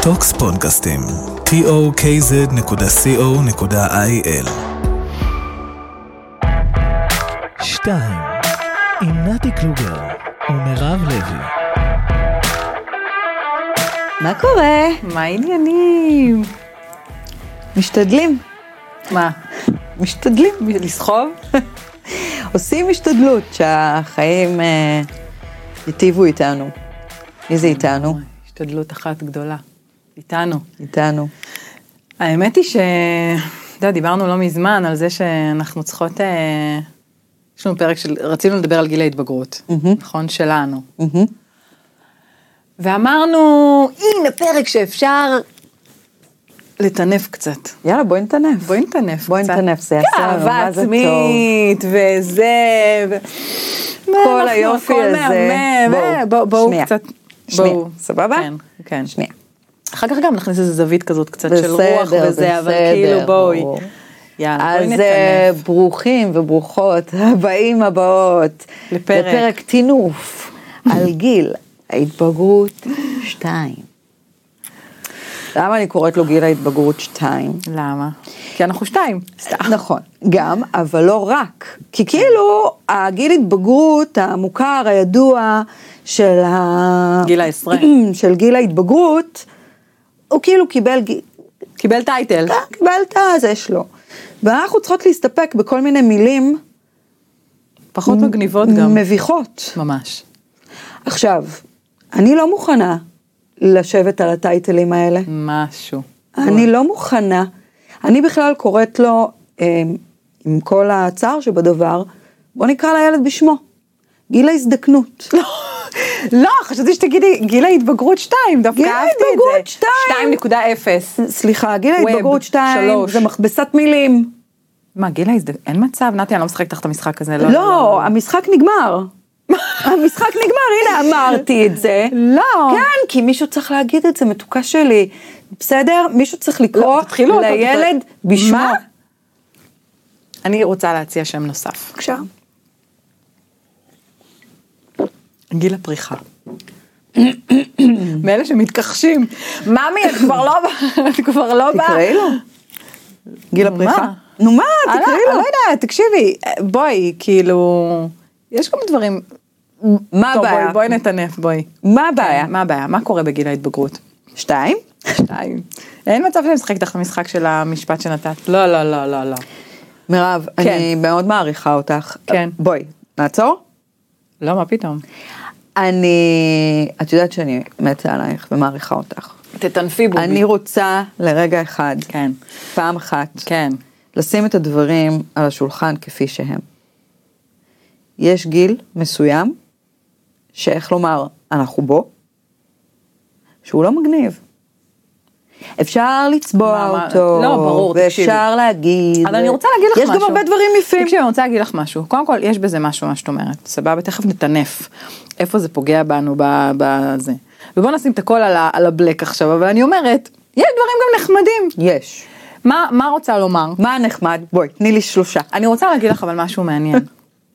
טוקס פודקאסטים. tokz.co.il 2. עם נתי קלוגר ומירב לוי. מה קורה? מה העניינים? משתדלים. מה? משתדלים. לסחוב? עושים השתדלות שהחיים יטיבו איתנו. מי זה איתנו? השתדלות אחת גדולה. איתנו. איתנו. האמת היא דיברנו לא מזמן על זה שאנחנו צריכות, יש לנו פרק רצינו לדבר על גיל ההתבגרות, נכון? שלנו. ואמרנו, הנה פרק שאפשר לטנף קצת. יאללה, בואי נטנף. בואי נטנף. בואי נטנף, זה יעשה לנו מה זה טוב. עצמית, וזה, כל היופי הזה. בואו קצת. שנייה, סבבה? כן. שנייה. אחר כך גם נכניס איזה זווית כזאת קצת של רוח וזה, אבל כאילו בואי. יאללה, בואי נטנף. אז ברוכים וברוכות, הבאים הבאות. לפרק טינוף על גיל ההתבגרות 2. למה אני קוראת לו גיל ההתבגרות 2? למה? כי אנחנו 2. נכון, גם, אבל לא רק. כי כאילו, הגיל התבגרות, המוכר, הידוע של גיל העשרה. של גיל ההתבגרות, הוא כאילו קיבל טייטל. קיבל את זה שלו. ואנחנו צריכות להסתפק בכל מיני מילים. פחות מגניבות גם. מביכות. ממש. עכשיו, אני לא מוכנה לשבת על הטייטלים האלה. משהו. אני לא מוכנה. אני בכלל קוראת לו, עם כל הצער שבדבר, בוא נקרא לילד בשמו. גיל ההזדקנות. לא, חשבתי שתגידי גיל ההתבגרות 2, דווקא אהבתי את זה. 2.0. סליחה, גיל ההתבגרות 2 זה מכבסת מילים. מה, גיל ההזדקנות? אין מצב, נתי, אני לא משחקת לך את המשחק הזה. לא, המשחק נגמר. המשחק נגמר, הנה אמרתי את זה. לא. כן, כי מישהו צריך להגיד את זה, מתוקה שלי. בסדר? מישהו צריך לקרוא לילד בשמו. אני רוצה להציע שם נוסף. בבקשה. גיל הפריחה. מאלה שמתכחשים. ממי, את כבר לא בא. תקראי לו. גיל הפריחה. נו מה, תקראי לו. לא יודעת, תקשיבי, בואי, כאילו, יש גם דברים. מה הבעיה? בואי נטנף, בואי. מה הבעיה? מה הבעיה? מה קורה בגיל ההתבגרות? 2. אין מצב שאני משחקת לך את המשחק של המשפט שנתת. לא. מירב, אני מאוד מעריכה אותך. כן. בואי, נעצור? לא, מה פתאום? את יודעת שאני מתה עלייך ומעריכה אותך. תטנפי בובי. אני רוצה לרגע אחד, כן. פעם אחת, כן. לשים את הדברים על השולחן כפי שהם. יש גיל מסוים, שאיך לומר, אנחנו בו, שהוא לא מגניב. אפשר לצבוע אותו, לא, ברור, ואפשר להגיד. אבל אני רוצה להגיד לך משהו. יש גם הרבה דברים יפים. תקשיבי, אני רוצה להגיד לך משהו. קודם כל, יש בזה משהו, מה שאת אומרת. סבבה, תכף נטנף. איפה זה פוגע בנו בזה. ובוא נשים את הכל על הבלק עכשיו, אבל אני אומרת, יש דברים גם נחמדים. יש. מה רוצה לומר? מה נחמד? בואי, תני לי 3. אני רוצה להגיד לך אבל משהו מעניין.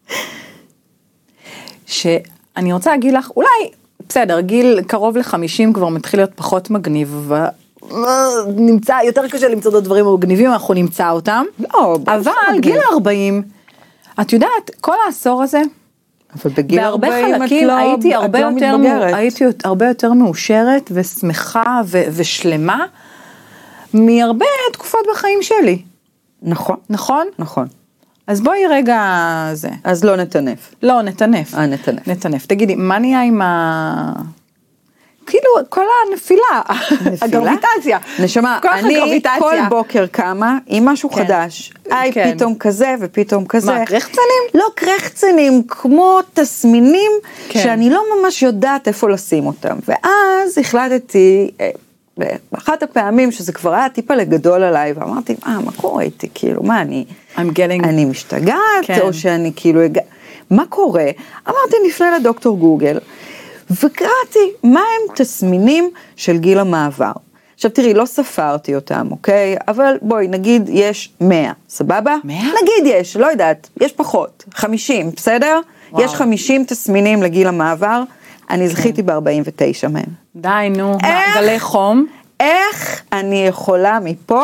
שאני רוצה להגיד לך, אולי, בסדר, גיל קרוב ל-50 כבר מתחיל להיות פחות מגניב, נמצא, יותר קשה למצוא את הדברים המגניבים, אנחנו נמצא אותם. לא, אבל גיל 40, את יודעת, כל העשור הזה, אבל בגיל 40 את לא מתבגרת. הייתי הרבה יותר מאושרת ושמחה ושלמה, מהרבה תקופות בחיים שלי. נכון. נכון? נכון. אז בואי רגע זה. אז לא נטנף. לא, נטנף. נטנף. תגידי, מה נהיה עם כאילו, כל הנפילה, הגרביטציה. נשמה, אני כל בוקר קמה עם משהו חדש. פתאום כזה ופתאום כזה. מה, קרחצנים? לא קרחצנים, כמו תסמינים שאני לא ממש יודעת איפה לשים אותם. ואז החלטתי, באחת הפעמים שזה כבר היה טיפה לגדול עליי, ואמרתי, מה קורה איתי? כאילו, מה, אני משתגעת, או שאני כאילו, מה קורה? אמרתי, נפנה לדוקטור גוגל, וקראתי מה הם תסמינים של גיל המעבר. עכשיו תראי, לא ספרתי אותם, אוקיי? אבל בואי, נגיד יש 100, סבבה? 100? נגיד יש, לא יודעת, יש פחות, 50, בסדר? וואו. יש 50 תסמינים לגיל המעבר, אני זכיתי ב-49 מהם. די, נו, גלי חום. איך אני יכולה מפה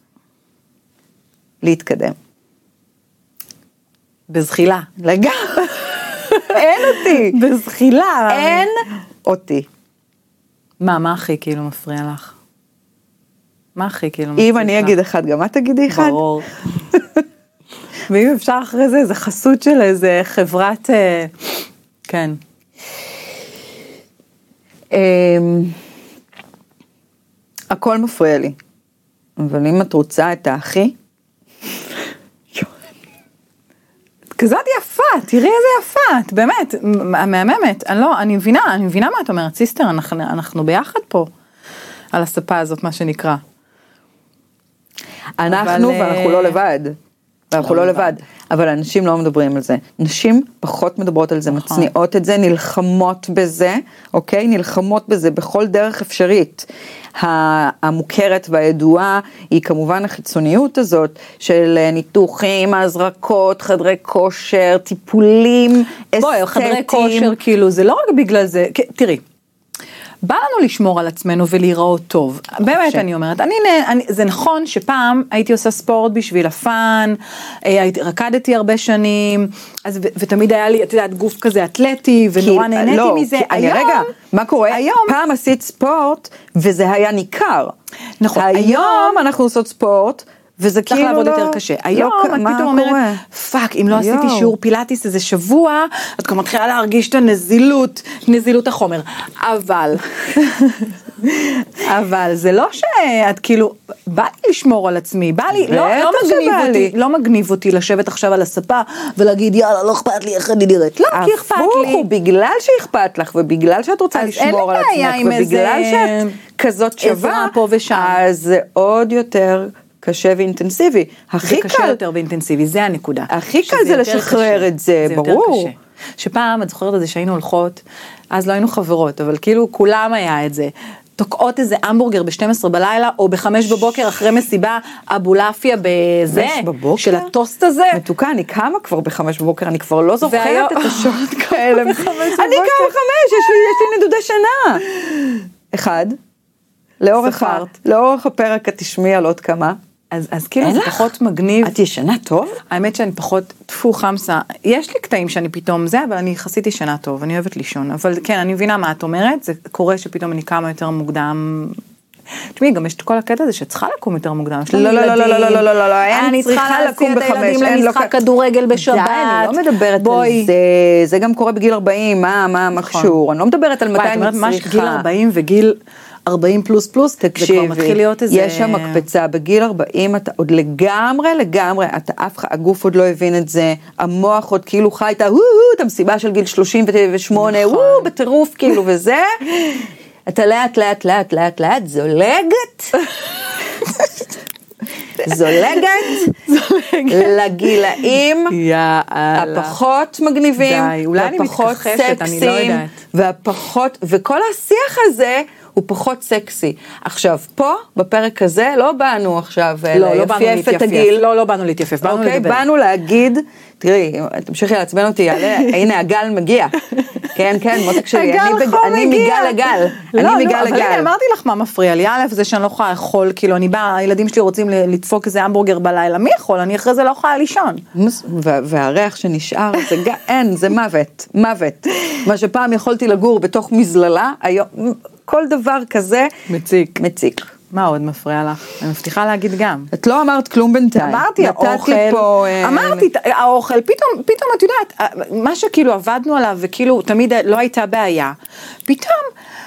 להתקדם? בזחילה. לגמרי. אין אותי. בזחילה. אין אותי. מה הכי כאילו מפריע לך? מה הכי כאילו מפריע לך? אם אני אגיד אחד, גם את תגידי אחד? ברור. ואם אפשר אחרי זה, זה חסות של איזה חברת, כן. הכל מפריע לי. אבל אם את רוצה את האחי, כזאת יפה, תראי איזה יפה, את באמת, מהממת, אני מבינה מה את אומרת, סיסטר, אנחנו ביחד פה, על הספה הזאת, מה שנקרא. אנחנו ואנחנו לא לבד. ואנחנו לא לבד, אבל אנשים לא מדברים על זה. נשים פחות מדברות על זה, מצניעות את זה, נלחמות בזה, אוקיי? נלחמות בזה בכל דרך אפשרית. המוכרת והידועה היא כמובן החיצוניות הזאת של ניתוחים, הזרקות, חדרי כושר, טיפולים אסתטיים. בואי, חדרי כושר, כאילו, זה לא רק בגלל זה, תראי. בא לנו לשמור על עצמנו ולהיראות טוב. באמת אני אומרת, זה נכון שפעם הייתי עושה ספורט בשביל הפן, רקדתי הרבה שנים, ותמיד היה לי, את יודעת, גוף כזה אתלטי, ונורא נהניתי מזה. רגע, מה קורה? פעם עשית ספורט, וזה היה ניכר. נכון. היום אנחנו עושות ספורט, וזה צריך כאילו לעבוד יותר קשה. היום את פתאום אומרת, פאק, אם לא עשיתי שיעור פילאטיס איזה שבוע, את כבר מתחילה להרגיש את נזילות החומר. אבל זה לא שאת כאילו, בא לי לשמור על עצמי, בא לי, לא מגניב אותי לשבת עכשיו על הספה, ולהגיד יאללה, לא אכפת לי איך אני נראית. לא, כי אכפת לי. הפוך, בגלל שאכפת לך, ובגלל שאת רוצה לשמור על עצמך, ובגלל שאת כזאת שווה, אז זה עוד יותר קשה ואינטנסיבי. זה קשה יותר ואינטנסיבי, זה הנקודה. הכי קל זה לשחרר את זה, ברור. שפעם, את זוכרת את זה שהיינו הולכות, אז לא היינו חברות, אבל כאילו כולם היה את זה. תוקעות איזה המבורגר ב-12 בלילה, או ב-5 בבוקר אחרי מסיבה, אבולאפיה בזה, של הטוסט הזה. מתוקה, אני קמה כבר ב-5 בבוקר, אני כבר לא זוכרת את השעות כאלה. אני קמה 5, יש לי נדודי שנה. אחד, לאורך הפרק את תשמיע על עוד כמה. אז כאילו זה פחות מגניב. את ישנה טוב? האמת שאני פחות תפו חמסה. יש לי קטעים שאני פתאום זה, אבל אני יחסית ישנה טוב, אני אוהבת לישון. אבל כן, אני מבינה מה את אומרת, זה קורה שפתאום אני קמה יותר מוקדם. תשמעי, גם יש את כל הקטע הזה שצריכה לקום יותר מוקדם. לא, אני צריכה לקום ב-5. אני צריכה למשחק כדורגל בשבת. אני לא מדברת על זה, זה גם קורה בגיל 40, מה קשור? אני לא מדברת על מתי אני צריכה. גיל 40 וגיל 40 פלוס, תקשיבי, יש שם מקפצה, בגיל 40 אתה עוד לגמרי, הגוף עוד לא הבין את זה, המוח עוד כאילו חי את המסיבה של גיל 38, בטירוף כאילו וזה, אתה לאט זולגת, לגילאים הפחות מגניבים, והפחות סקסיים, וכל השיח הזה, הוא פחות סקסי. עכשיו, פה, בפרק הזה, לא באנו עכשיו ליפייף את הגיל. לא באנו להתייפף, באנו לדבר. באנו להגיד, תראי, תמשיכי לעצבן אותי, הנה הגל מגיע. כן, מותק שלי, אני מגל לגל. אבל הנה, אמרתי לך מה מפריע לי, א', זה שאני לא יכולה לאכול, כאילו, הילדים שלי רוצים לדפוק איזה המבורגר בלילה, מי יכול? אני אחרי זה לא יכולה לישון. והריח שנשאר, זה מוות. מה שפעם יכולתי לגור בתוך מזללה, היום, כל דבר כזה מציק. מה עוד מפריע לך? אני מבטיחה להגיד גם. את לא אמרת כלום בינתיים. אמרתי, האוכל, פתאום את יודעת, מה שכאילו עבדנו עליו וכאילו תמיד לא הייתה בעיה, פתאום,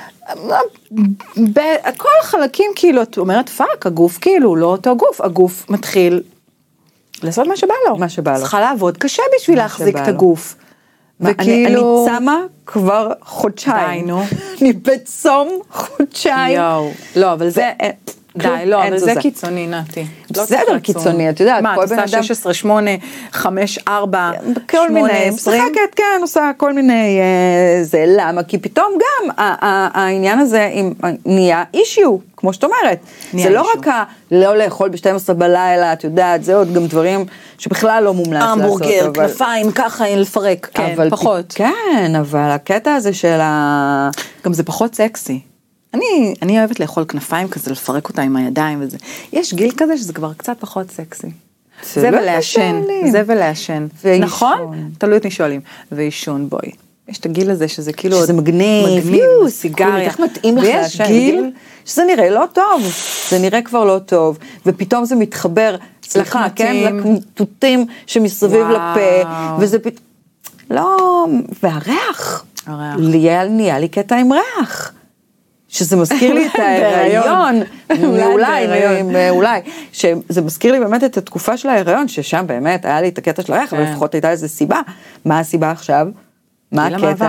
כל החלקים כאילו, את אומרת פאק, הגוף כאילו, לא אותו גוף, הגוף מתחיל לעשות מה שבא לו. צריכה לעבוד קשה בשביל להחזיק את הגוף. אני צמה כבר חודשיים. אני בצום חודשיים. לא, אבל זה... די, לא, אבל זה קיצוני, נתי. בסדר, קיצוני, את יודעת. מה, את עושה 16, 8, 5, 4, 8, 20? משחקת, כן, עושה כל מיני... זה למה? כי פתאום גם העניין הזה נהיה אישיו, כמו שאת אומרת. זה לא רק לא לאכול ב-12 בלילה, את יודעת, זה עוד גם דברים שבכלל לא מומלץ לעשות. המבורגר, כנפיים, ככה, לפרק, כן, פחות. כן, אבל הקטע הזה של גם זה פחות סקסי. אני אוהבת לאכול כנפיים כזה, לפרק אותה עם הידיים וזה. יש גיל כזה שזה כבר קצת פחות סקסי. זה ולעשן, זה ולעשן. נכון? תלוי את מי שואלים. ואישון, בואי. יש את הגיל הזה שזה כאילו... שזה מגניב, סיגריה. איך מתאים לך ויש גיל... שזה נראה לא טוב, זה נראה כבר לא טוב, ופתאום זה מתחבר, סליחה, כן? לקמטוטים שמסביב לפה, וזה לא... והריח. נהיה לי קטע עם ריח. שזה מזכיר לי את ההיריון, אולי, שזה מזכיר לי באמת את התקופה של ההיריון, ששם באמת היה לי את הקטע של הריח, אבל לפחות הייתה איזו סיבה. מה הסיבה עכשיו? מה הקטע?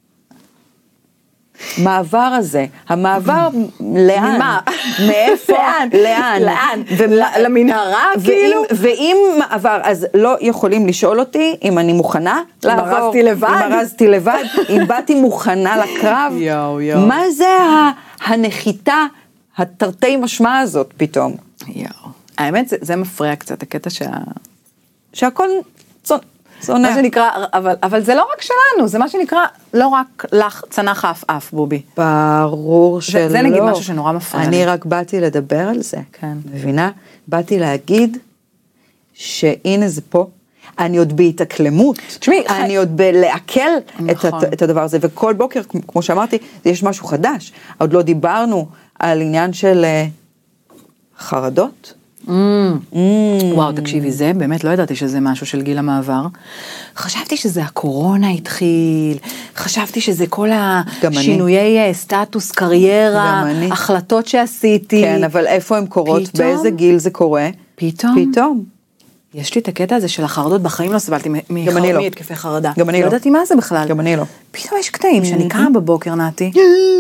מעבר הזה, המעבר לאן? מאיפה? לאן? למנהרה כאילו? ואם מעבר, אז לא יכולים לשאול אותי אם אני מוכנה לעבור, אם ארזתי לבד, אם באתי מוכנה לקרב, מה זה הנחיתה, התרתי משמע הזאת פתאום? האמת זה מפריע קצת, הקטע שהכל מה שנקרא, אבל זה לא רק שלנו, זה מה שנקרא, לא רק לך צנח אף, בובי. ברור שלא. זה נגיד משהו שנורא מפריע לי. אני רק באתי לדבר על זה. כן. מבינה? באתי להגיד שהנה זה פה, אני עוד בהתאקלמות, אני עוד בלעכל את הדבר הזה, וכל בוקר, כמו שאמרתי, יש משהו חדש. עוד לא דיברנו על עניין של חרדות. וואו, תקשיבי, זה באמת לא ידעתי שזה משהו של גיל המעבר. חשבתי שזה הקורונה התחיל, חשבתי שזה כל השינויי סטטוס, קריירה, החלטות שעשיתי. כן, אבל איפה הן קורות? באיזה גיל זה קורה? פתאום. יש לי את הקטע הזה של החרדות, בחיים לא סבלתי מהתקפי חרדה. גם אני לא. לא ידעתי מה זה בכלל. גם אני לא. פתאום יש קטעים שאני קמה בבוקר, נעתי.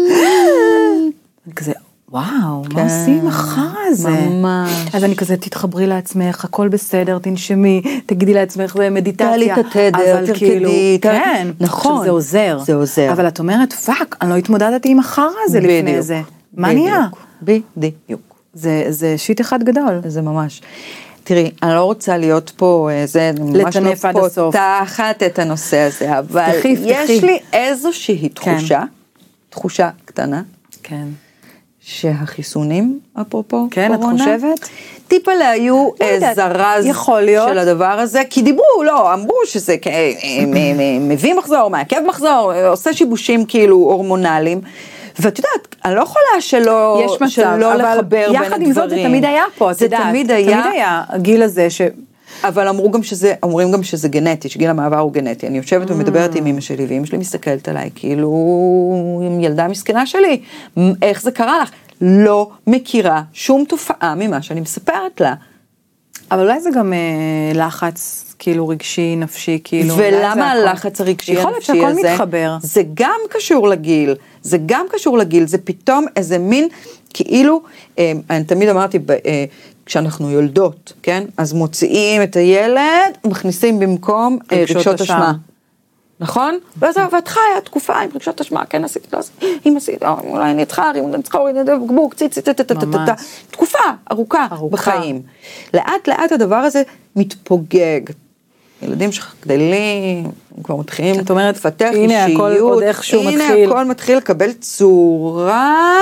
כזה, וואו, מה עושים אחר הזה? ממש. אז אני כזה, תתחברי לעצמך, הכל בסדר, תנשמי, תגידי לעצמך, זה מדיטציה. תעלי את התדר, תרקדי. כן, נכון. זה עוזר. זה עוזר. אבל את אומרת, פאק, אני לא התמודדתי עם אחר הזה לפני זה. מה נהיה? בדיוק. זה שיט אחד גדול. זה ממש. תראי, אני לא רוצה להיות פה, זה ממש לא פותחת את הנושא הזה, אבל יש לי איזושהי תחושה קטנה. כן. שהחיסונים, אפרופו כן, קורונה, את חושבת? טיפה היו זרז של הדבר הזה, כי דיברו, לא, אמרו שזה מביא מחזור, מעכב מחזור, עושה שיבושים כאילו הורמונליים, ואת יודעת, אני לא יכולה שלא לחבר בין הדברים. יחד עם זאת זה תמיד היה פה, את יודעת. זה תמיד היה הגיל הזה אבל אומרים גם שזה גנטי, שגיל המעבר הוא גנטי. אני יושבת ומדברת עם אמא שלי, ואמא שלי מסתכלת עליי, כאילו, עם ילדה מסכנה שלי. איך זה קרה לך? לא מכירה שום תופעה ממה שאני מספרת לה. אבל אולי זה גם לחץ, כאילו רגשי, נפשי, כאילו. ולמה הלחץ הרגשי הנפשי הזה? יכול להיות שהכל מתחבר. זה גם קשור לגיל. זה פתאום איזה מין, כאילו, אני תמיד אמרתי, כשאנחנו יולדות, כן? אז מוציאים את הילד, מכניסים במקום רגשות אשמה. נכון? ואת חיה תקופה עם רגשות אשמה, כן עשיתי, לא עשיתי, אם עשיתי, אולי אני אתחר, אם אני צריכה להוריד את בקבוק, תקופה ארוכה בחיים. לאט לאט הדבר הזה מתפוגג. ילדים שגדלים, כבר מתחילים לפתח אישיות, הנה הכל מתחיל לקבל צורה,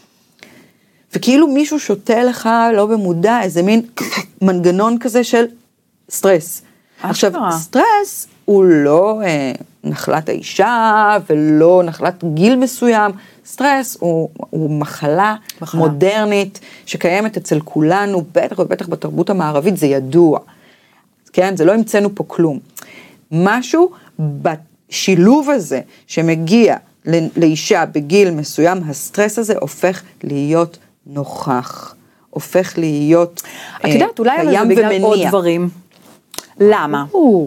וכאילו מישהו שותה לך לא במודע, איזה מין מנגנון כזה של סטרס. עכשיו, סטרס הוא לא נחלת האישה, ולא נחלת גיל מסוים, סטרס הוא מחלה מודרנית, שקיימת אצל כולנו, בטח ובטח בתרבות המערבית, זה ידוע. כן, זה לא המצאנו פה כלום. משהו בשילוב הזה, שמגיע לאישה בגיל מסוים, הסטרס הזה הופך להיות נוכח, הופך להיות את יודעת, אולי אבל זה בגלל עוד דברים. למה?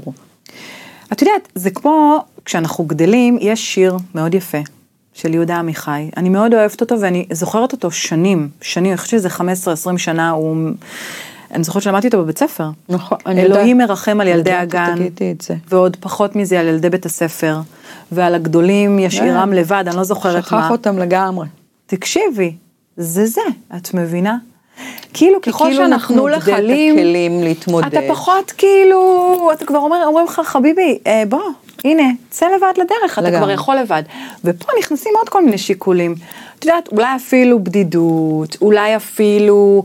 את יודעת, זה כמו כשאנחנו גדלים, יש שיר מאוד יפה של יהודה עמיחי. אני מאוד אוהבת אותו ואני זוכרת אותו שנים, אני חושבת שזה 15-20 שנה, אני זוכרת שלמדתי אותו בבית ספר. נכון. אלוהים מרחם על ילדי הגן, ועוד פחות מזה על ילדי בית הספר, ועל הגדולים ישאירם לבד, אני לא זוכרת מה. שכח אותם לגמרי. תקשיבי, זה, את מבינה? כאילו ככל שאנחנו גדלים, לך את הכלים להתמודד. אתה פחות כאילו, אתה כבר אומרים לך, חביבי, בוא, הנה, צא לבד לדרך, אתה כבר יכול לבד. ופה נכנסים עוד כל מיני שיקולים. את יודעת, אולי אפילו בדידות, אולי אפילו,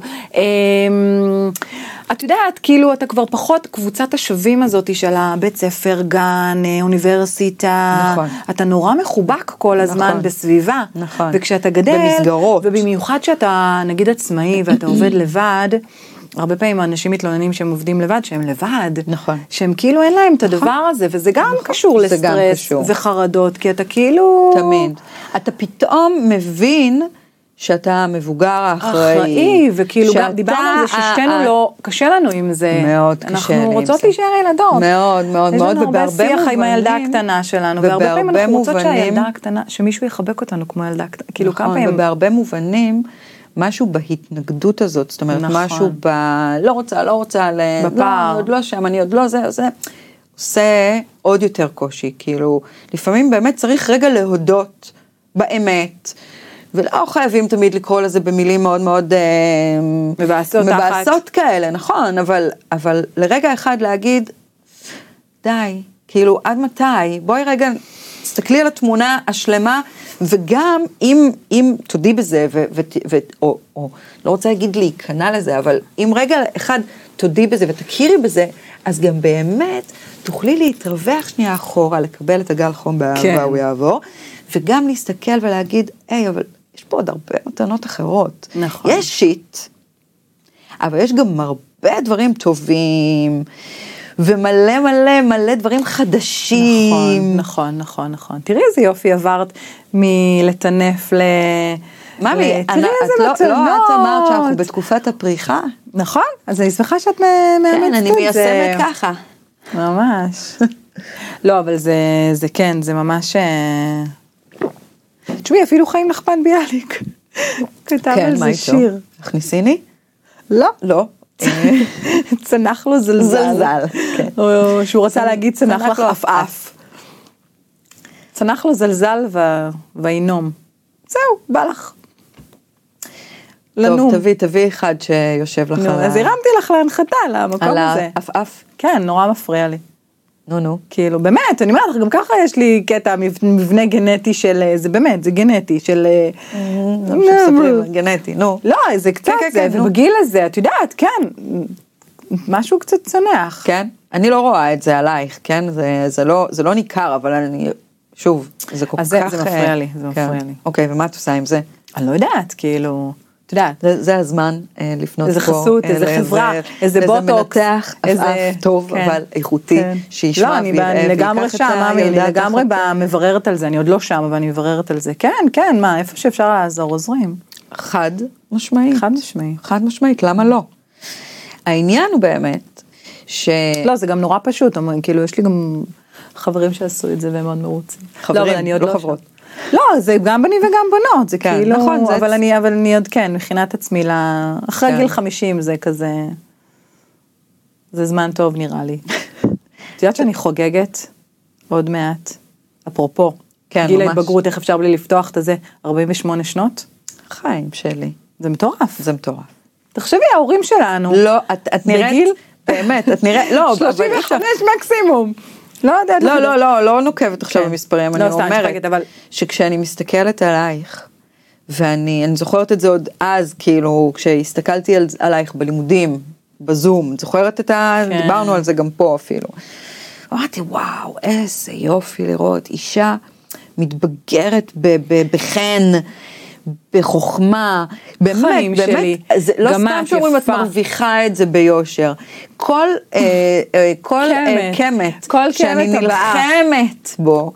את יודעת, כאילו אתה כבר פחות קבוצת השווים הזאת של הבית ספר, גן, אוניברסיטה. נכון. אתה נורא מחובק כל הזמן נכון. בסביבה. נכון. וכשאתה גדל, במסגרות. ובמיוחד שאתה נגיד עצמאי ואתה עובד לבד, הרבה פעמים האנשים מתלוננים שהם עובדים לבד, שהם לבד. נכון. שהם כאילו אין להם את הדבר הזה, וזה גם קשור לסטרס וחרדות, כי אתה כאילו... תמיד. אתה פתאום מבין שאתה מבוגר האחראי. וכאילו גם דיברנו על זה ששתינו לא, קשה לנו עם זה. מאוד קשה. אנחנו רוצות להישאר ילדות. מאוד, מאוד, מאוד, ובהרבה מובנים. יש לנו הרבה שיח עם הילדה הקטנה שלנו, והרבה פעמים אנחנו רוצות שהילדה הקטנה, שמישהו יחבק אותנו כמו הילדה הקטנה. כאילו כמה פעמים. ובהרבה מובנים, משהו בהתנגדות הזאת, זאת אומרת, נכון. משהו לא רוצה, בפער. עוד לא שם, אני עוד לא זה, עושה עוד יותר קושי, כאילו, לפעמים באמת צריך רגע להודות באמת, ולא חייבים תמיד לקרוא לזה במילים מאוד מאוד מבאסות כאלה, נכון, אבל לרגע אחד להגיד, די, כאילו, עד מתי? בואי רגע, תסתכלי על התמונה השלמה, וגם אם תודי בזה, או לא רוצה להגיד להיכנע לזה, אבל אם רגע אחד תודי בזה ותכירי בזה, אז גם באמת תוכלי להתרווח שנייה אחורה, לקבל את הגל חום באהבה, הוא יעבור, וגם להסתכל ולהגיד, אבל יש פה עוד הרבה מתנות אחרות. נכון. יש שיט, אבל יש גם הרבה דברים טובים, ומלא מלא מלא דברים חדשים. נכון. תראי איזה יופי עברת מלטנף ממי, את לא אמרת שאנחנו בתקופת הפריחה? נכון, אז אני שמחה שאת מאמצת את זה. כן, אני מיישמת ככה. ממש. לא, אבל זה כן, זה ממש... תשמעי, אפילו חיים נחמן ביאליק. כתב על זה שיר. הכניסיני? לא. צנח לו זלזל. או שהוא רצה להגיד צנח לך אף. צנח לו זלזל ואינום. זהו, בא לך. טוב, תביא אחד שיושב לך. אז הרמתי לך להנחתה למקום הזה. על אף. כן, נורא מפריע לי. נו. כאילו, באמת, אני אומרת לך, גם ככה יש לי קטע מבנה גנטי של, זה באמת, זה גנטי של... גנטי, נו. לא, זה קצת זה, ובגיל הזה, את יודעת, כן, משהו קצת צונח. כן? אני לא רואה את זה עלייך, כן? זה לא ניכר, אבל אני, שוב, זה כל כך... אז זה מפריע לי, זה מפריע לי. אוקיי, ומה את עושה עם זה? אני לא יודעת, כאילו... את יודעת. זה הזמן לפנות פה. איזה חסות, איזה חברה, איזה בוטוקס. איזה מנתח, אף טוב, אבל איכותי, שישמע ויראה. לא, אני לגמרי שם, אני לגמרי מבררת על זה, אני עוד לא שם, אבל אני מבררת על זה. כן, מה, איפה שאפשר לעזור, עוזרים. חד משמעית. חד משמעית, למה לא? העניין הוא באמת, לא, זה גם נורא פשוט, כאילו, יש לי גם חברים שעשו את זה, והם מאוד מרוצים. חברים, לא חברות. לא, זה גם בנים וגם בנות, זה כאילו, אבל אני עוד כן, מכינת עצמי, אחרי גיל 50 זה כזה, זה זמן טוב נראה לי. את יודעת שאני חוגגת עוד מעט, אפרופו, גיל ההתבגרות, איך אפשר בלי לפתוח את זה, 48 שנות? חיים שלי. זה מטורף. זה מטורף. תחשבי, ההורים שלנו, לא, את נראית, באמת, את נראית, לא, 35 מקסימום. לא נוקבת עכשיו במספרים, אני אומרת, שכשאני מסתכלת עלייך, ואני זוכרת את זה עוד אז, כאילו, כשהסתכלתי עלייך בלימודים, בזום, זוכרת דיברנו על זה גם פה אפילו, אמרתי, וואו, איזה יופי לראות, אישה מתבגרת בחן, בחוכמה, באמת, לא סתם שאומרים, את מרוויחה את זה ביושר. כל קמת שאני נלחמת בו,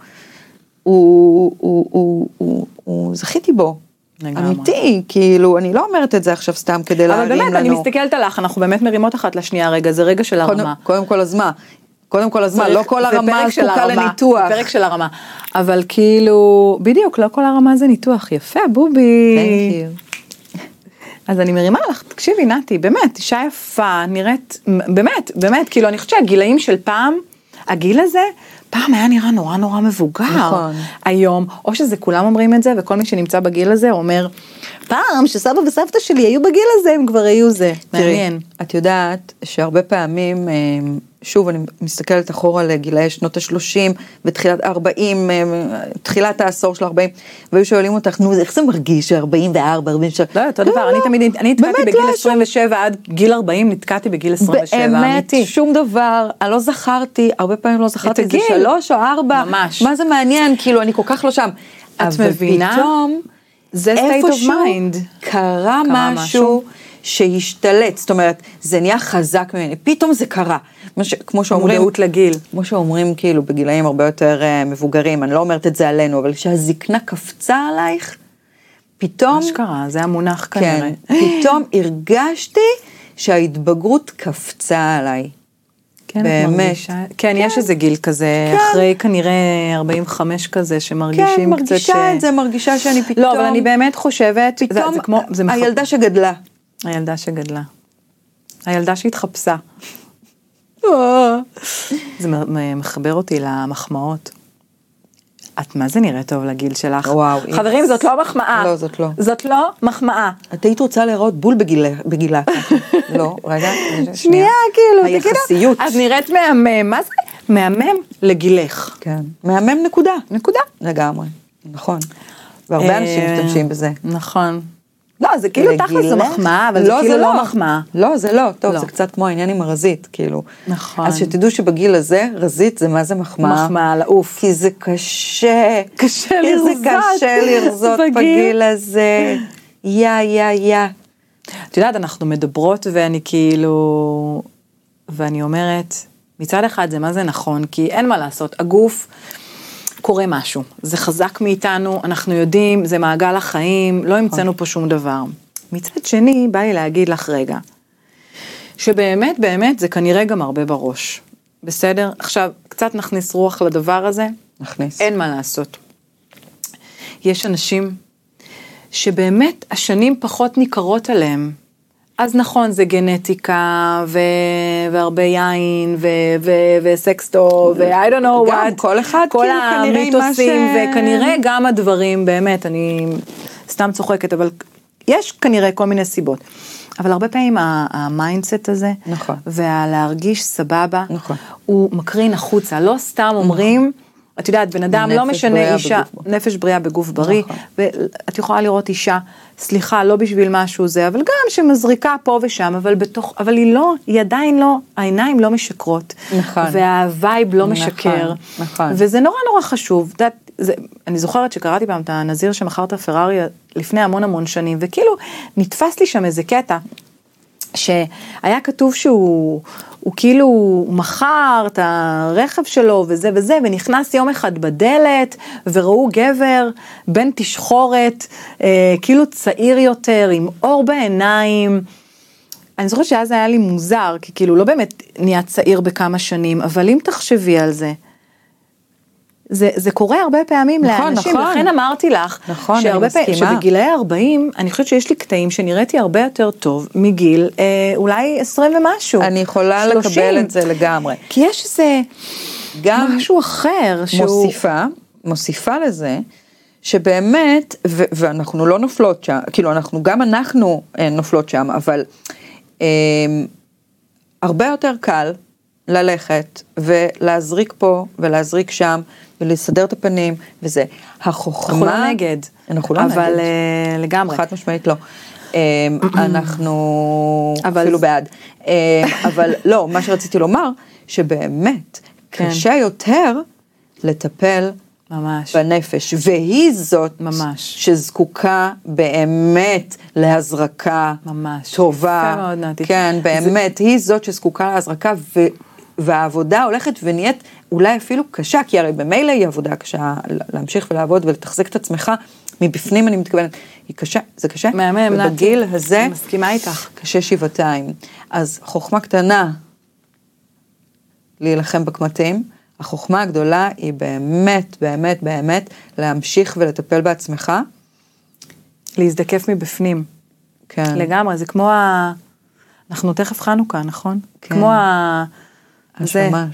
זכיתי בו. אמיתי, כאילו, אני לא אומרת את זה עכשיו סתם כדי להרים לנו. אבל באמת, אני מסתכלת עליך, אנחנו באמת מרימות אחת לשנייה רגע, זה רגע של הרמה. קודם כל הזמן. לא כל הרמה זקוקה לניתוח. זה פרק של הרמה. אבל כאילו, בדיוק, לא כל הרמה זה ניתוח. יפה, בובי. Thank you. אז אני מרימה לך, תקשיבי נתי, באמת, אישה יפה, נראית, באמת, כאילו, אני חושבת שהגילאים של פעם, הגיל הזה, פעם היה נראה נורא נורא מבוגר. נכון. היום, או שזה כולם אומרים את זה, וכל מי שנמצא בגיל הזה אומר, פעם שסבא וסבתא שלי היו בגיל הזה, הם כבר היו זה. מעניין. את יודעת שהרבה פעמים שוב, אני מסתכלת אחורה לגילאי שנות ה-30, ותחילת 40, תחילת העשור של 40, והיו שואלים אותך, נו, איך זה מרגיש, 44, 43? לא, אותו דבר, אני נתקעתי בגיל 27, עד גיל 40 נתקעתי בגיל 27, באמת, שום דבר, אני לא זכרתי, הרבה פעמים לא זכרתי, זה 3 או 4, ממש. מה זה מעניין, כאילו, אני כל כך לא שם. את מבינה? פתאום, זה state of mind. קרה משהו שהשתלט, זאת אומרת, זה נהיה חזק ממני, פתאום זה קרה, כמו שאומרים, מודעות לגיל. כמו שאומרים כאילו בגילאים הרבה יותר מבוגרים, אני לא אומרת את זה עלינו, אבל שהזקנה קפצה עלייך, פתאום, מה שקרה, זה המונח כנראה. כן, פתאום הרגשתי שההתבגרות קפצה עליי. כן, באמת. כן, יש איזה גיל כזה, אחרי כנראה 45 כזה, שמרגישים קצת כן, מרגישה את זה, מרגישה שאני פתאום, לא, אבל אני באמת חושבת, פתאום, הילדה שגדלה. הילדה שגדלה. הילדה שהתחפשה. זה מחבר אותי למחמאות. את מה זה נראה טוב לגיל שלך? וואו. חברים, זאת לא מחמאה. לא, זאת לא. זאת לא מחמאה. את היית רוצה להיראות בול בגילה. לא, רגע. שנייה, כאילו. היחסיות. את נראית מהמם. מה זה? מהמם לגילך. כן. מהמם נקודה. נקודה. לגמרי. נכון. והרבה אנשים משתמשים בזה. נכון. לא, זה כאילו תכל'ס זו מחמאה, אבל זה כאילו לא מחמאה. לא, זה לא. טוב, זה קצת כמו העניין עם הרזית, כאילו. נכון. אז שתדעו שבגיל הזה, רזית זה מה זה מחמאה. מחמאה, לעוף. כי זה קשה. קשה לרזות. זה קשה לרזות בגיל הזה. יא. את יודעת, אנחנו מדברות ואני כאילו, ואני אומרת, מצד אחד זה מה זה נכון, כי אין מה לעשות, הגוף קורה משהו, זה חזק מאיתנו, אנחנו יודעים, זה מעגל החיים, לא המצאנו פה שום דבר. מצד שני, בא לי להגיד לך רגע, שבאמת, באמת, זה כנראה גם הרבה בראש. בסדר? עכשיו, קצת נכניס רוח לדבר הזה. נכניס. אין מה לעשות. יש אנשים שבאמת השנים פחות ניכרות עליהם. אז נכון, זה גנטיקה, והרבה יין, וסקס טוב, I don't know גם, what. כל אחד כל כאילו כנראה המיתוסים, וכנראה גם הדברים, באמת, אני סתם צוחקת, אבל יש כנראה כל מיני סיבות. אבל הרבה פעמים המיינדסט הזה, נכון. והלהרגיש סבבה, נכון. הוא מקרין החוצה, לא סתם אומרים, את יודעת, בן אדם לא משנה אישה, נפש בריאה בגוף בריא, ואת יכולה לראות אישה, סליחה, לא בשביל משהו זה, אבל גם שמזריקה פה ושם, אבל היא עדיין לא, העיניים לא משקרות, נכון. והווייב לא משקר, נכון. וזה נורא נורא חשוב, אני זוכרת שקראתי פעם את הנזיר שמכר את הפרארי לפני המון שנים, וכאילו נתפס לי שם איזה קטע, שהיה כתוב שהוא כאילו מכר את הרכב שלו וזה, ונכנס יום אחד בדלת, וראו גבר בן תשחורת, כאילו צעיר יותר, עם אור בעיניים. אני זוכרת שאז היה לי מוזר, כי כאילו לא באמת נהיה צעיר בכמה שנים, אבל אם תחשבי על זה, זה קורה הרבה פעמים לאנשים, לכן אמרתי לך, שהרבה פעמים, שבגילי 40, אני חושבת שיש לי קטעים שנראיתי הרבה יותר טוב, מגיל אולי 20 ומשהו. אני יכולה לקבל את זה לגמרי. כי יש איזה משהו אחר, מוסיפה לזה, שבאמת, ואנחנו לא נופלות שם, כאילו גם אנחנו נופלות שם, אבל הרבה יותר קל ללכת ולהזריק פה ולהזריק שם, ולסדר את הפנים, וזה. החוכמה... אנחנו לא נגד. אנחנו לא נגד. אבל לגמרי. חד משמעית לא. אנחנו אפילו בעד. אבל לא, מה שרציתי לומר, שבאמת קשה יותר לטפל בנפש, והיא זאת שזקוקה באמת להזרקה טובה. כן, באמת, היא זאת שזקוקה להזרקה, והעבודה הולכת ונהיית אולי אפילו קשה, כי הרי במילא היא עבודה קשה להמשיך ולעבוד ולתחזק את עצמך, מבפנים אני מתכוונת, היא קשה, זה קשה, ובגיל הזה, מסכימה איתך, קשה שבעתיים. אז חוכמה קטנה, להילחם בקמטים, החוכמה הגדולה היא באמת, באמת, באמת, להמשיך ולטפל בעצמך. להזדקף מבפנים. כן. לגמרי, זה כמו אנחנו תכף חנוכה, נכון? כן. כמו ממש.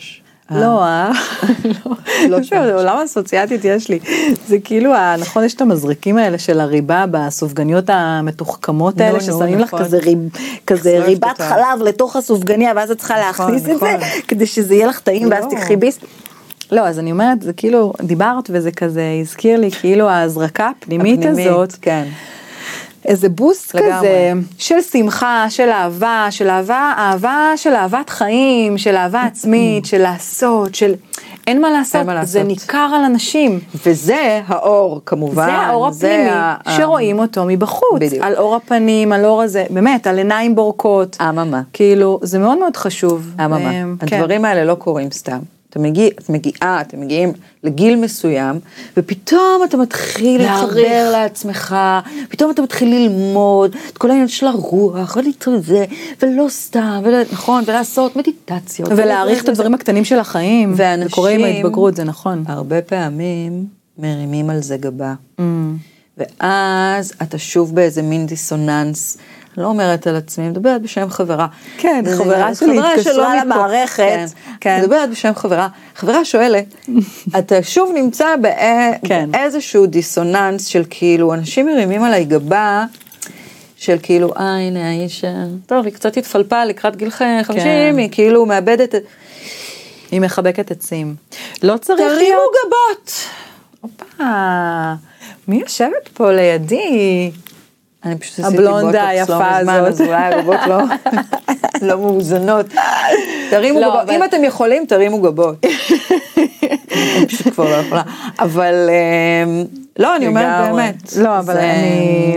לא, לא שם, עולם אסוציאטית יש לי, זה כאילו, נכון, יש את המזריקים האלה של הריבה בסופגניות המתוחכמות האלה, ששמים לך כזה ריבת חלב לתוך הסופגניה, ואז את צריכה להכניס את זה, כדי שזה יהיה לך טעים, ואז תקחי ביס. לא, אז אני אומרת, זה כאילו, דיברת וזה כזה, הזכיר לי כאילו ההזרקה הפנימית הזאת, כן. איזה בוסט כזה, של שמחה, של אהבה, של אהבת חיים, של אהבה עצמית, של לעשות, של אין מה לעשות, זה ניכר על אנשים. וזה האור כמובן. זה האור הפנימי, שרואים אותו מבחוץ, על אור הפנים, על אור הזה, באמת, על עיניים בורקות. אממה. כאילו, זה מאוד מאוד חשוב. אממה, הדברים האלה לא קורים סתם. אתם מגיעים לגיל מסוים, ופתאום אתה מתחיל לחבר לעצמך, פתאום אתה מתחיל ללמוד את כל העניין של הרוח, ולא סתם, נכון, ולעשות מדיטציות. ולהעריך את הדברים הקטנים של החיים, זה קורה עם ההתבגרות, זה נכון. הרבה פעמים מרימים על זה גבה. ואז אתה שוב באיזה מין דיסוננס, לא אומרת על עצמי, מדברת בשם חברה. כן, חברה שלי התקשרה למערכת. כן. מדברת בשם חברה. חברה שואלת, אתה שוב נמצא באיזשהו דיסוננס של כאילו, אנשים מרימים עליי גבה, של כאילו, הנה, האיש, טוב, היא קצת התפלפה לקראת גיל 50, היא כאילו מאבדת את... היא מחבקת עצים. לא צריך להיות... תרימו גבות. אופה, מי יושבת פה לידי? אני פשוט עשיתי בוטוקס לא מזמן, אז אולי הגבות לא מאוזנות. תרימו גבות, אם אתם יכולים, תרימו גבות. אני פשוט כבר לא יכולה. אבל, לא, אני אומרת באמת. לא, אבל אני...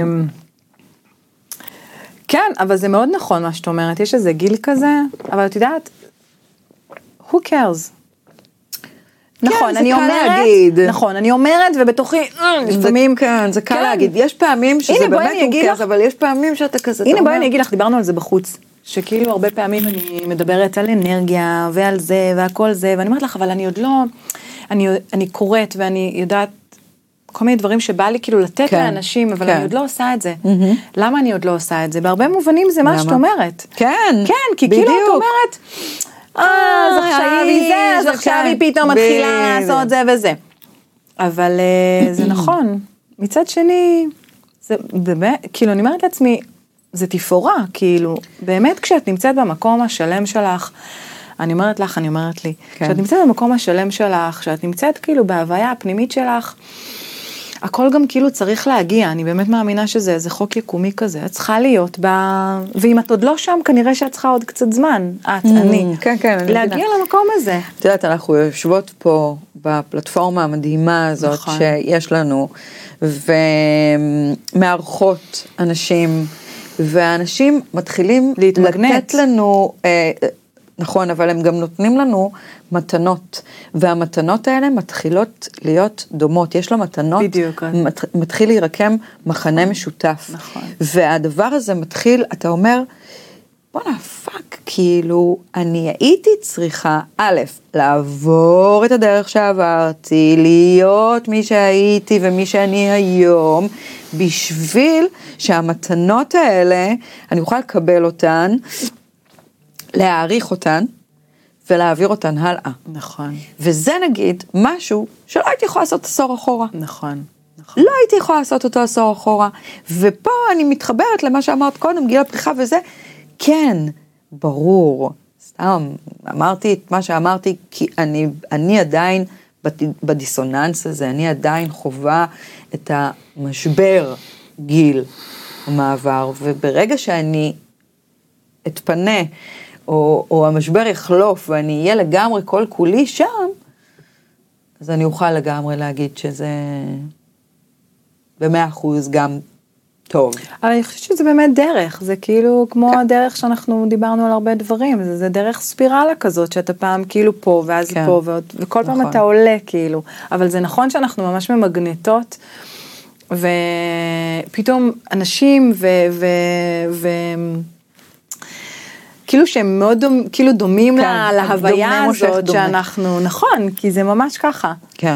כן, אבל זה מאוד נכון מה שאת אומרת, יש איזה גיל כזה, אבל את יודעת, who cares? נכון, אני אומרת, נכון, אני אומרת, ובתוכי, לפעמים, כן, זה קל להגיד, יש פעמים שזה באמת הוקס, אבל יש פעמים שאתה כזה, הנה בואי אני אגיד לך, דיברנו על זה בחוץ, שכאילו הרבה פעמים אני מדברת על אנרגיה, ועל זה, והכל זה, ואני אומרת לך, אבל אני עוד לא, אני קוראת, ואני יודעת, כל מיני דברים שבא לי כאילו לתת לאנשים, אבל אני עוד לא עושה את זה. למה אני עוד לא עושה את זה? בהרבה מובנים זה מה שאת אומרת. כן, כן, כי כאילו את אומרת, אז עכשיו היא פתאום מתחילה לעשות זה וזה. אבל זה נכון. מצד שני, זה באמת, כאילו אני אומרת לעצמי, זה תפאורה, כאילו, באמת כשאת נמצאת במקום השלם שלך, אני אומרת לך, אני אומרת לי, כשאת נמצאת במקום השלם שלך, כשאת נמצאת כאילו בהוויה הפנימית שלך, הכל גם כאילו צריך להגיע, אני באמת מאמינה שזה איזה חוק יקומי כזה, את צריכה להיות ואם את עוד לא שם, כנראה שאת צריכה עוד קצת זמן, אני. כן, כן, אני מבינה. להגיע למקום הזה. את יודעת, אנחנו יושבות פה בפלטפורמה המדהימה הזאת שיש לנו, ומערכות אנשים, והאנשים מתחילים לתת לנו, נכון, אבל הם גם נותנים לנו מתנות, והמתנות האלה מתחילות להיות דומות, יש לה מתנות, מתחיל להירקם מחנה משותף, נכון. והדבר הזה מתחיל, אתה אומר, בוא'נה, פאק, כאילו, אני הייתי צריכה, א', לעבור את הדרך שעברתי, להיות מי שהייתי ומי שאני היום, בשביל שהמתנות האלה, אני אוכל לקבל אותן, להעריך אותן, ולהעביר אותן הלאה. נכון. וזה נגיד משהו שלא הייתי יכולה לעשות עשור אחורה. נכון. נכון. לא הייתי יכולה לעשות אותו עשור אחורה. ופה אני מתחברת למה שאמרת קודם, גיל הפריחה וזה, כן, ברור. סתם, אמרתי את מה שאמרתי, כי אני עדיין בדיסוננס הזה, אני עדיין חובה את המשבר גיל המעבר, וברגע שאני אתפנה, או המשבר יחלוף, ואני אהיה לגמרי כל כולי שם, אז אני אוכל לגמרי להגיד שזה ב100% גם טוב. אבל אני חושבת שזה באמת דרך, זה כאילו כמו הדרך שאנחנו דיברנו על הרבה דברים, זה דרך ספירלה כזאת, שאתה פעם כאילו פה, ואז פה, וכל פעם אתה עולה כאילו, אבל זה נכון שאנחנו ממש ממגנטות, ופתאום אנשים כאילו שהם מאוד כאילו דומים להוויה הזאת שאנחנו, נכון, כי זה ממש ככה. כן.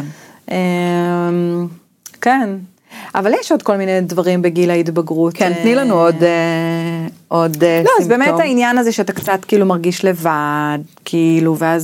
כן. אבל יש עוד כל מיני דברים בגיל ההתבגרות. כן, תני לנו עוד לא, אז באמת העניין הזה שאתה קצת כאילו מרגיש לבד, כאילו, ואז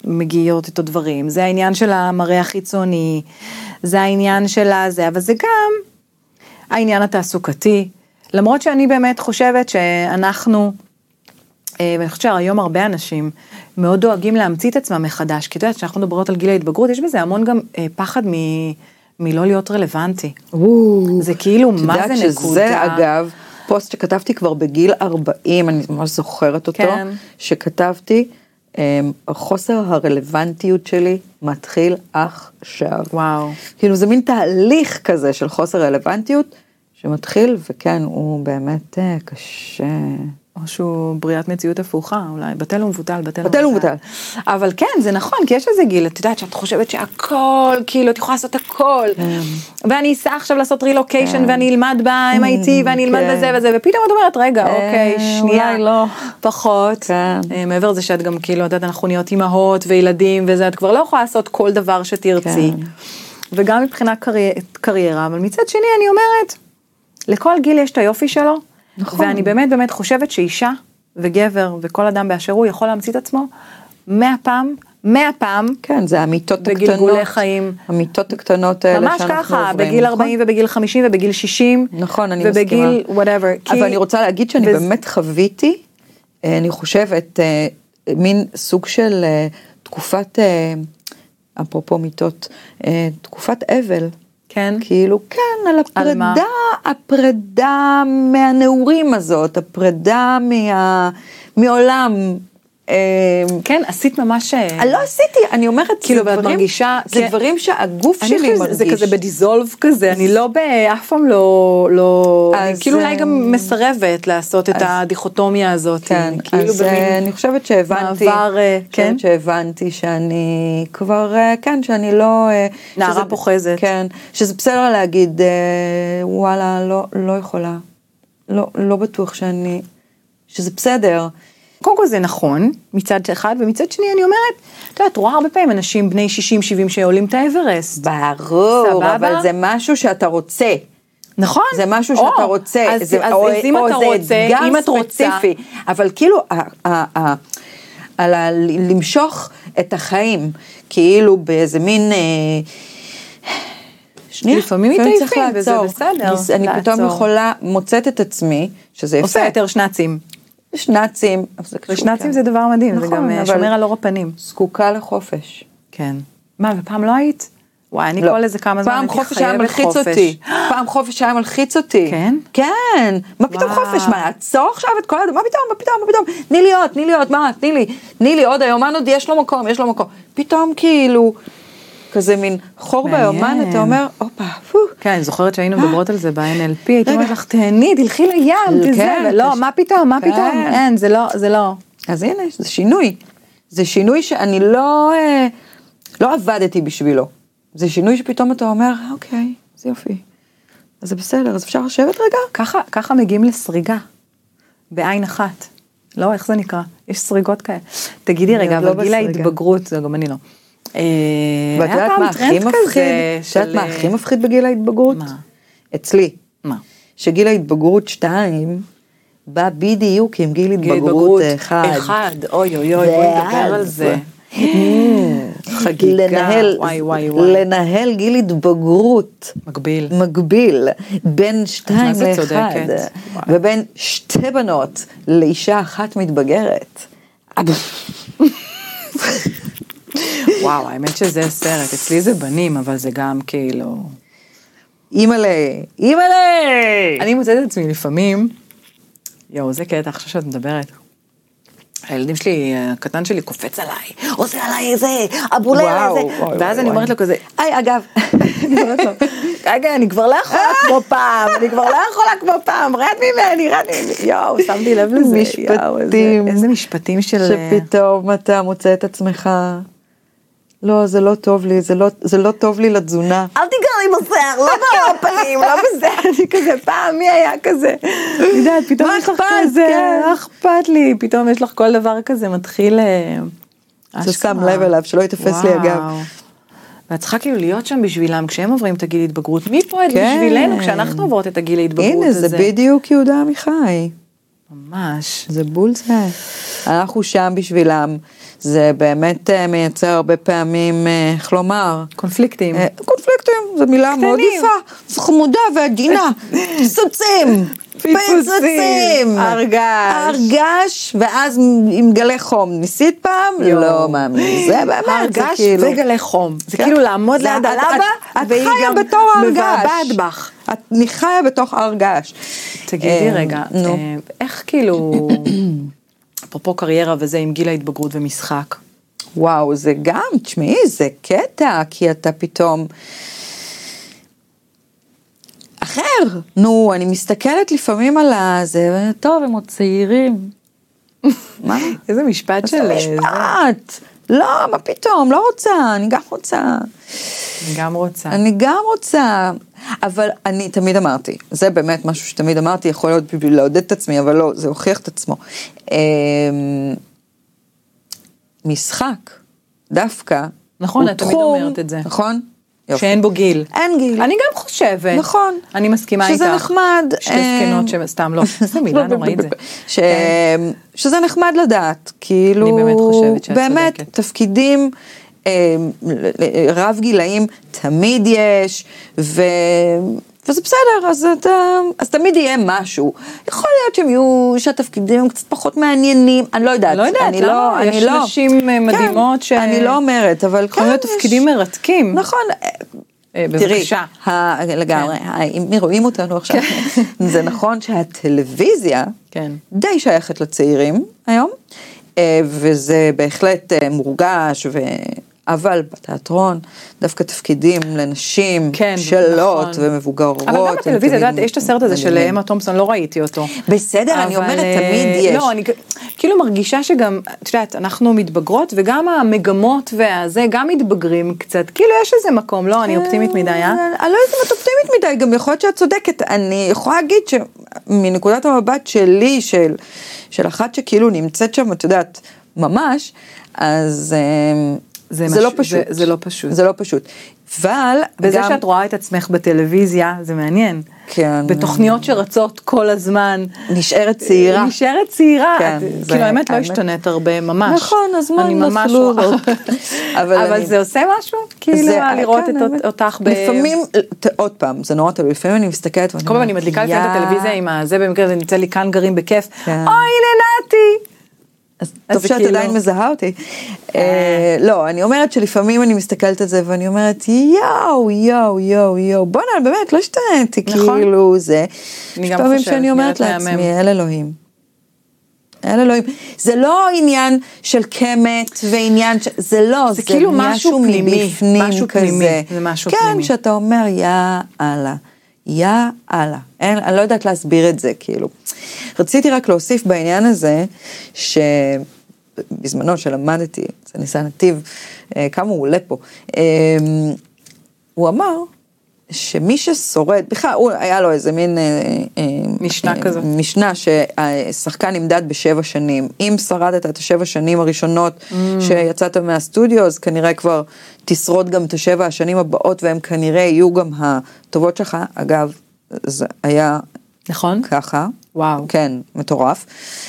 מגיעות את הדברים, זה העניין של המראה החיצוני, זה העניין של הזה, אבל זה גם העניין התעסוקתי, למרות שאני באמת חושבת שאנחנו, ואני חושבת שהיום הרבה אנשים מאוד דואגים להמציא את עצמם מחדש, כי אתה יודעת, כשאנחנו מדברות על גיל ההתבגרות, יש בזה המון גם פחד מלא להיות רלוונטי. זה כאילו, מה זה נקודה? שזה אגב, פוסט שכתבתי כבר בגיל 40, אני ממש זוכרת אותו, כן. שכתבתי, חוסר הרלוונטיות שלי מתחיל עכשיו. וואו. כאילו זה מין תהליך כזה של חוסר רלוונטיות, שמתחיל, וכן, הוא באמת קשה. או שהוא בריאת מציאות הפוכה, אולי, בטל ומבוטל, בטל ומבוטל. אבל כן, זה נכון, כי יש איזה גיל, את יודעת שאת חושבת שהכל, כאילו, את יכולה לעשות הכל, ואני אסע עכשיו לעשות רילוקיישן, ואני אלמד ב-MIT, ואני אלמד בזה וזה, ופתאום את אומרת, רגע, אוקיי, שנייה, לא. פחות, מעבר לזה שאת גם כאילו, את יודעת, אנחנו נהיות אימהות וילדים וזה, את כבר לא יכולה לעשות כל דבר שתרצי, וגם מבחינת קריירה, אבל מצד שני אני אומרת, לכל גיל יש את היופי שלו, נכון. ואני באמת באמת חושבת שאישה וגבר וכל אדם באשר הוא יכול להמציא את עצמו 100 פעם, כן, זה המיטות הקטנות, בגלגולי חיים. המיטות הקטנות האלה ממש שאנחנו ככה, עוברים. בגיל 40 ובגיל 50 ובגיל 60. נכון, אני מסכימה. ובגיל whatever. אבל אני רוצה להגיד שאני באמת חוויתי, אני חושבת, מין סוג של תקופת, אפרופו מיטות, תקופת אבל. כן. כאילו, כן, על הפרידה מהנעורים הזאת, הפרידה מעולם. כן, עשית ממש... לא עשיתי, אני אומרת, כאילו, ואת מרגישה... זה דברים שהגוף שלי מרגיש. זה כזה בדיזולב כזה, אני לא אף פעם לא... אני כאילו אולי גם מסרבת לעשות את הדיכוטומיה הזאת. כן, אז אני חושבת שהבנתי שאני כבר, כן, שאני לא... נערה פוחזת. כן, שזה בסדר להגיד, וואלה, לא יכולה. לא בטוח שזה בסדר. קודם כל זה נכון, מצד אחד, ומצד שני אני אומרת, אתה יודעת, רואה הרבה פעמים אנשים בני 60-70 שעולים את האברסט. ברור, אבל זה משהו שאתה רוצה. נכון. זה משהו שאתה רוצה. אז אם אתה רוצה, אם את רוצה. אבל כאילו, למשוך את החיים, כאילו באיזה מין... שנייה, לפעמים מתעייפים, וזה בסדר. אני פתאום מוצאת את עצמי, שזה יפה. עושה יותר שנצים. שנצים. ושנצים זה דבר מדהים, זה גם שומר על אור הפנים. זקוקה לחופש. כן. מה, ופעם לא היית? וואי, אני כל איזה כמה זמן הייתי חייבת חופש. פעם חופש היה מלחיץ אותי. כן? כן. מה פתאום חופש? מה, לעצור עכשיו את כל הדבר? מה פתאום? תני להיות, מה? תני לי עוד היומן עוד יש לו מקום. פתאום כאילו, כזה מין חור ביומן, אתה אומר, אופה, כן, אני זוכרת שהיינו מדברות על זה ב-NLP, הייתי אומרת לך, תהני, תלכי לים, לא, מה פתאום, אין, זה לא. אז הנה, זה שינוי שאני לא עבדתי בשבילו, זה שינוי שפתאום אתה אומר, אוקיי, זה יופי, אז זה בסדר, אז אפשר לשבת רגע? ככה מגיעים לסריגה, בעין אחת, לא, איך זה נקרא? יש סריגות כאלה. תגידי רגע, אבל גיל ההתבגרות, זה גם אני לא. ואת יודעת מה הכי מפחיד בגיל ההתבגרות? מה? אצלי. מה? שגיל ההתבגרות 2 בא בדיוק עם גיל התבגרות 1. אוי, בואי נדבר על זה. חגיגה, וואי. לנהל גיל התבגרות. מקביל. בין 2 ל-1. ובין 2 בנות לאישה אחת מתבגרת. וואו, האמת שזה סרט, אצלי זה בנים, אבל זה גם כאילו... אימאלה! אני מוצאת את עצמי לפעמים, זה קטע, עכשיו שאת מדברת. הילדים שלי, הקטן שלי קופץ עליי, עושה עליי איזה, הבולה איזה, ואז אני אומרת לו כזה, אגב, רגע, אני כבר לא יכולה כמו פעם, רד ממני, שמתי לב לזה, איזה משפטים של... שפתאום אתה מוצא את עצמך, לא, זה לא טוב לי, זה לא טוב לי לתזונה. אל תיגע לי בשיער, לא בפנים, לא בזה, אני כזה, פעם מי היה כזה? יודעת, פתאום יש לך כזה, אכפת לי, פתאום יש לך כל דבר כזה, מתחיל... זה שם לב אליו, שלא יתפס לי אגב. ואת צריכה כאילו להיות שם בשבילם, כשהם עוברים את הגיל התבגרות, מי פועד בשבילנו כשאנחנו עוברות את הגיל ההתבגרות הזה? הנה, זה בדיוק יהודה עמיחי. ממש. זה בול זה. אנחנו שם בשבילם. זה באמת מייצר הרבה פעמים, איך לומר? קונפליקטים. קונפליקטים, זו מילה מאוד יפה, זו חמודה ועדינה, פיצוצים. פיצוצים, הרגש, ואז עם גלי חום, ניסית פעם? לא מאמין, זה באמת, הרגש וגלי חום, זה כאילו לעמוד ליד הלבה, והיא גם מבעבעת בך. אני חיה בתוך הרגש. תגידי רגע, איך כאילו, אפרופו קריירה וזה עם גיל ההתבגרות ומשחק? וואו, זה גם, תשמעי, זה קטע, כי אתה פתאום אחר. נו, אני מסתכלת לפעמים על זה, טוב, הם עוד צעירים. מה? איזה משפט של... איזה משפט. לא, מה פתאום, לא רוצה, אני גם רוצה. אני גם רוצה. אבל אני תמיד אמרתי, זה באמת משהו שתמיד אמרתי, יכול להיות בשביל לעודד את עצמי, אבל לא, זה הוכיח את עצמו. משחק, דווקא, נכון, את תמיד אומרת את זה. נכון? שאין בו גיל. אין גיל. אני גם חושבת. נכון. אני מסכימה איתך. שזה נחמד. שתי זקנות סתם לא. איזה מילה נוראית זה. שזה נחמד לדעת. כאילו, אני באמת חושבת שאת באמת, צודקת. תפקידים רב גילאים תמיד יש, וזה בסדר, אז תמיד יהיה משהו. יכול להיות שהתפקידים הם קצת פחות מעניינים, אני לא יודעת. לא יודעת, למה? יש נשים מדהימות ש... אני לא אומרת, אבל כן, יש... תפקידים מרתקים. נכון. בבקשה. לגמרי, אם רואים אותנו עכשיו, זה נכון שהטלוויזיה די שייכת לצעירים היום, וזה בהחלט מורגש אבל בתיאטרון, דווקא תפקידים לנשים שאלות ומבוגרות. אבל גם בטלוויזיה, יש את הסרט הזה של אמה תומפסון, לא ראיתי אותו. בסדר, אני אומרת, תמיד יש. לא, אני כאילו מרגישה שגם, את יודעת, אנחנו מתבגרות, וגם המגמות והזה, גם מתבגרים קצת, כאילו יש איזה מקום, לא, אני אופטימית מדי, אני לא יודעת אם את אופטימית מדי, גם יכול להיות שאת צודקת, אני יכולה להגיד שמנקודת המבט שלי, של אחת שכאילו נמצאת שם, את יודעת, ממש, אז... זה לא פשוט. זה לא פשוט. זה לא פשוט. אבל... בזה שאת רואה את עצמך בטלוויזיה, זה מעניין. כן. בתוכניות שרצות כל הזמן. נשארת צעירה. נשארת צעירה. כן. כאילו, האמת לא השתנית הרבה, ממש. נכון, הזמן נפלו. אבל זה עושה משהו? כאילו, לראות אותך ב... לפעמים, עוד פעם, זה נורא תלוי. לפעמים אני מסתכלת... כל פעם אני מדליקה לפני את הטלוויזיה עם זה, במקרה זה נמצא לי כאן גרים בכיף. אוי, הנה נתי! אז טוב שאת עדיין מזהה אותי. לא, אני אומרת שלפעמים אני מסתכלת על זה ואני אומרת, יאו, בוא נע, באמת, לא השתנתי, כאילו זה. יש פעמים שאני אומרת לעצמי, אל אלוהים. זה לא עניין של קמת ועניין, זה לא, זה כאילו משהו מבפנים כזה. זה משהו פנימי. כן, שאתה אומר, יאללה. אני לא יודעת להסביר את זה, כאילו. רציתי רק להוסיף בעניין הזה, שבזמנו שלמדתי, זה ניסה נתיב, כמה הוא עולה פה, הוא אמר, שמי ששורד, בכלל, היה לו איזה מין משנה כזאת. משנה שהשחקן נמדד ב7 שנים. אם שרדת את 7 שנים הראשונות שיצאת מהסטודיו, אז כנראה כבר תשרוד גם את 7 השנים הבאות, והם כנראה יהיו גם הטובות שלך. אגב, זה היה נכון? ככה. וואו. כן, מטורף.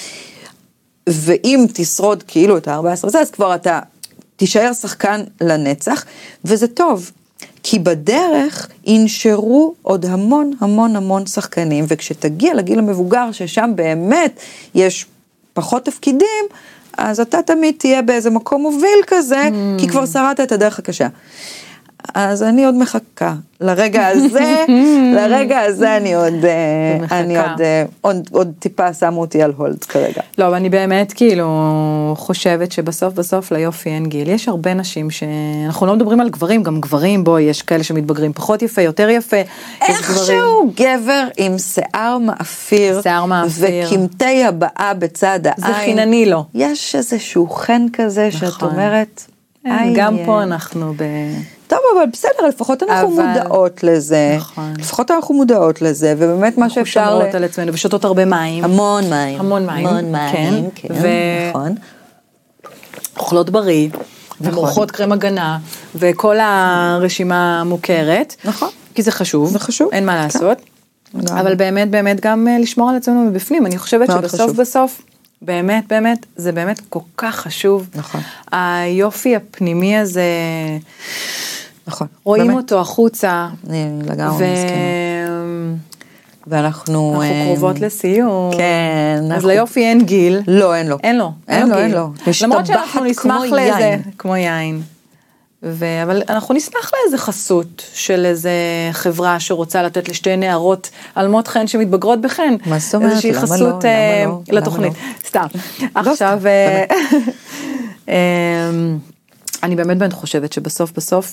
ואם תשרוד כאילו את ה-14 הזה, אז כבר אתה תישאר שחקן לנצח, וזה טוב. כי בדרך ינשרו עוד המון שחקנים, וכשתגיע לגיל המבוגר, ששם באמת יש פחות תפקידים, אז אתה תמיד תהיה באיזה מקום מוביל כזה, כי כבר שרדת את הדרך הקשה. אז אני עוד מחכה. לרגע הזה אני עוד טיפה שמו אותי על הולד כרגע. לא, אבל אני באמת כאילו חושבת שבסוף ליופי אין גיל. יש הרבה נשים שאנחנו לא מדברים על גברים, גם גברים, בואי, יש כאלה שמתבגרים פחות יפה, יותר יפה. איכשהו גבר עם שיער מאפיר, וקמטי הבאה בצד העין. זה חינני לו. יש איזשהו חן כזה שאת אומרת, גם פה אנחנו טוב, אבל בסדר, לפחות אנחנו מודעות לזה. נכון. לפחות אנחנו מודעות לזה, ובאמת מה שאפשר... אנחנו שומרות על עצמנו, ושותות הרבה מים. המון מים. כן. נכון. אוכלות בריא, ומורחות קרם הגנה, וכל הרשימה מוכרת. נכון. כי זה חשוב. זה חשוב. אין מה לעשות. אבל באמת גם לשמור על עצמנו מבפנים. אני חושבת שבסוף באמת, באמת, זה באמת כל כך חשוב. נכון. היופי הפנימי הזה, נכון. רואים באמת. אותו החוצה. אני לגמרי מסכימה. ואנחנו... קרובות לסיום. כן. אז ליופי אין גיל. לא, אין לו. אין לו. אין לו, גיל. אין לו. למרות שאנחנו נשמח כמו לאיזה... יין. כמו יין. אבל אנחנו נשמח לאיזה חסות של איזה חברה שרוצה לתת לשתי נערות אלמות חן שמתבגרות בחן. מה זאת אומרת? איזושהי למה חסות לא? למה לא? לתוכנית. למה סתם. עכשיו, אני באמת חושבת שבסוף,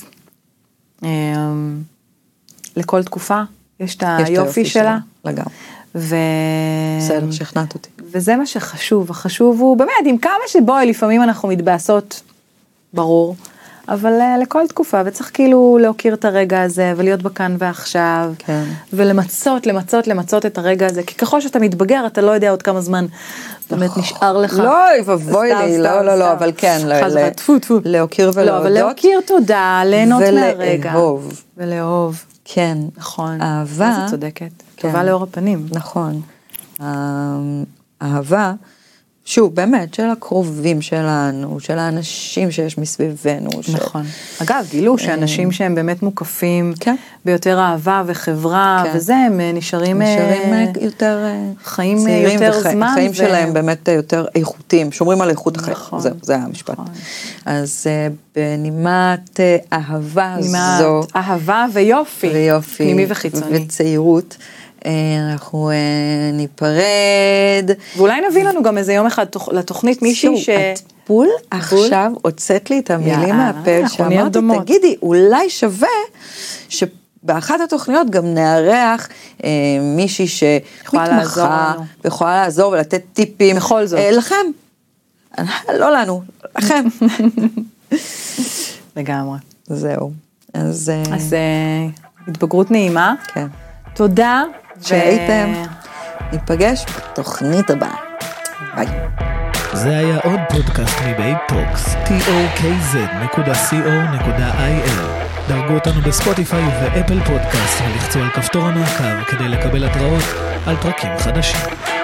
לכל תקופה יש את היופי שלה. לגמרי. בסדר, שכנעת אותי. וזה מה שחשוב. החשוב הוא באמת, עם כמה שבואי, לפעמים אנחנו מתבאסות, ברור. אבל לכל תקופה, וצריך כאילו להוקיר את הרגע הזה, ולהיות בכאן ועכשיו, כן. ולמצות את הרגע הזה, כי ככל שאתה מתבגר, אתה לא יודע עוד כמה זמן באמת נשאר לך. לא, ובואי לי, לא, אבל כן, להוקיר ולהודות. לא, אבל להוקיר תודה, ליהנות מהרגע. ולאהוב. ולאהוב. כן. נכון. אהבה. איזה צודקת. טובה לאור הפנים. נכון. אהבה, שוב, באמת, של הקרובים שלנו, של האנשים שיש מסביבנו. נכון. אגב, גילו שאנשים שהם באמת מוקפים כן. ביותר אהבה וחברה, כן. וזה, הם נשארים יותר חיים צעירים, יותר זמן. החיים שלהם באמת יותר איכותיים, שומרים על איכות החיים. נכון. זהו, זה המשפט. נכון. אז בנימת אהבה זו. אהבה ויופי. ויופי. פנימי וחיצוני. וצעירות. אנחנו ניפרד. ואולי נביא לנו גם איזה יום אחד לתוכנית מישהי ש... בול עכשיו הוצאת לי את המילים מהפה, שאמרתי, תגידי, אולי שווה שבאחת התוכניות גם נארח מישהי שמתמחה, ויכולה לעזור ולתת טיפים. בכל זאת. לכם. לא לנו, לכם. לגמרי. זהו. אז התבגרות נעימה. כן. תודה. שהייתם. ניפגש בתוכנית הבאה. ביי. זה היה עוד פודקאסט מבית טוקס, tokz.co.il. דרגו אותנו בספוטיפיי ובאפל פודקאסט ולחצו על כפתור המעקב כדי לקבל התראות על פרקים חדשים.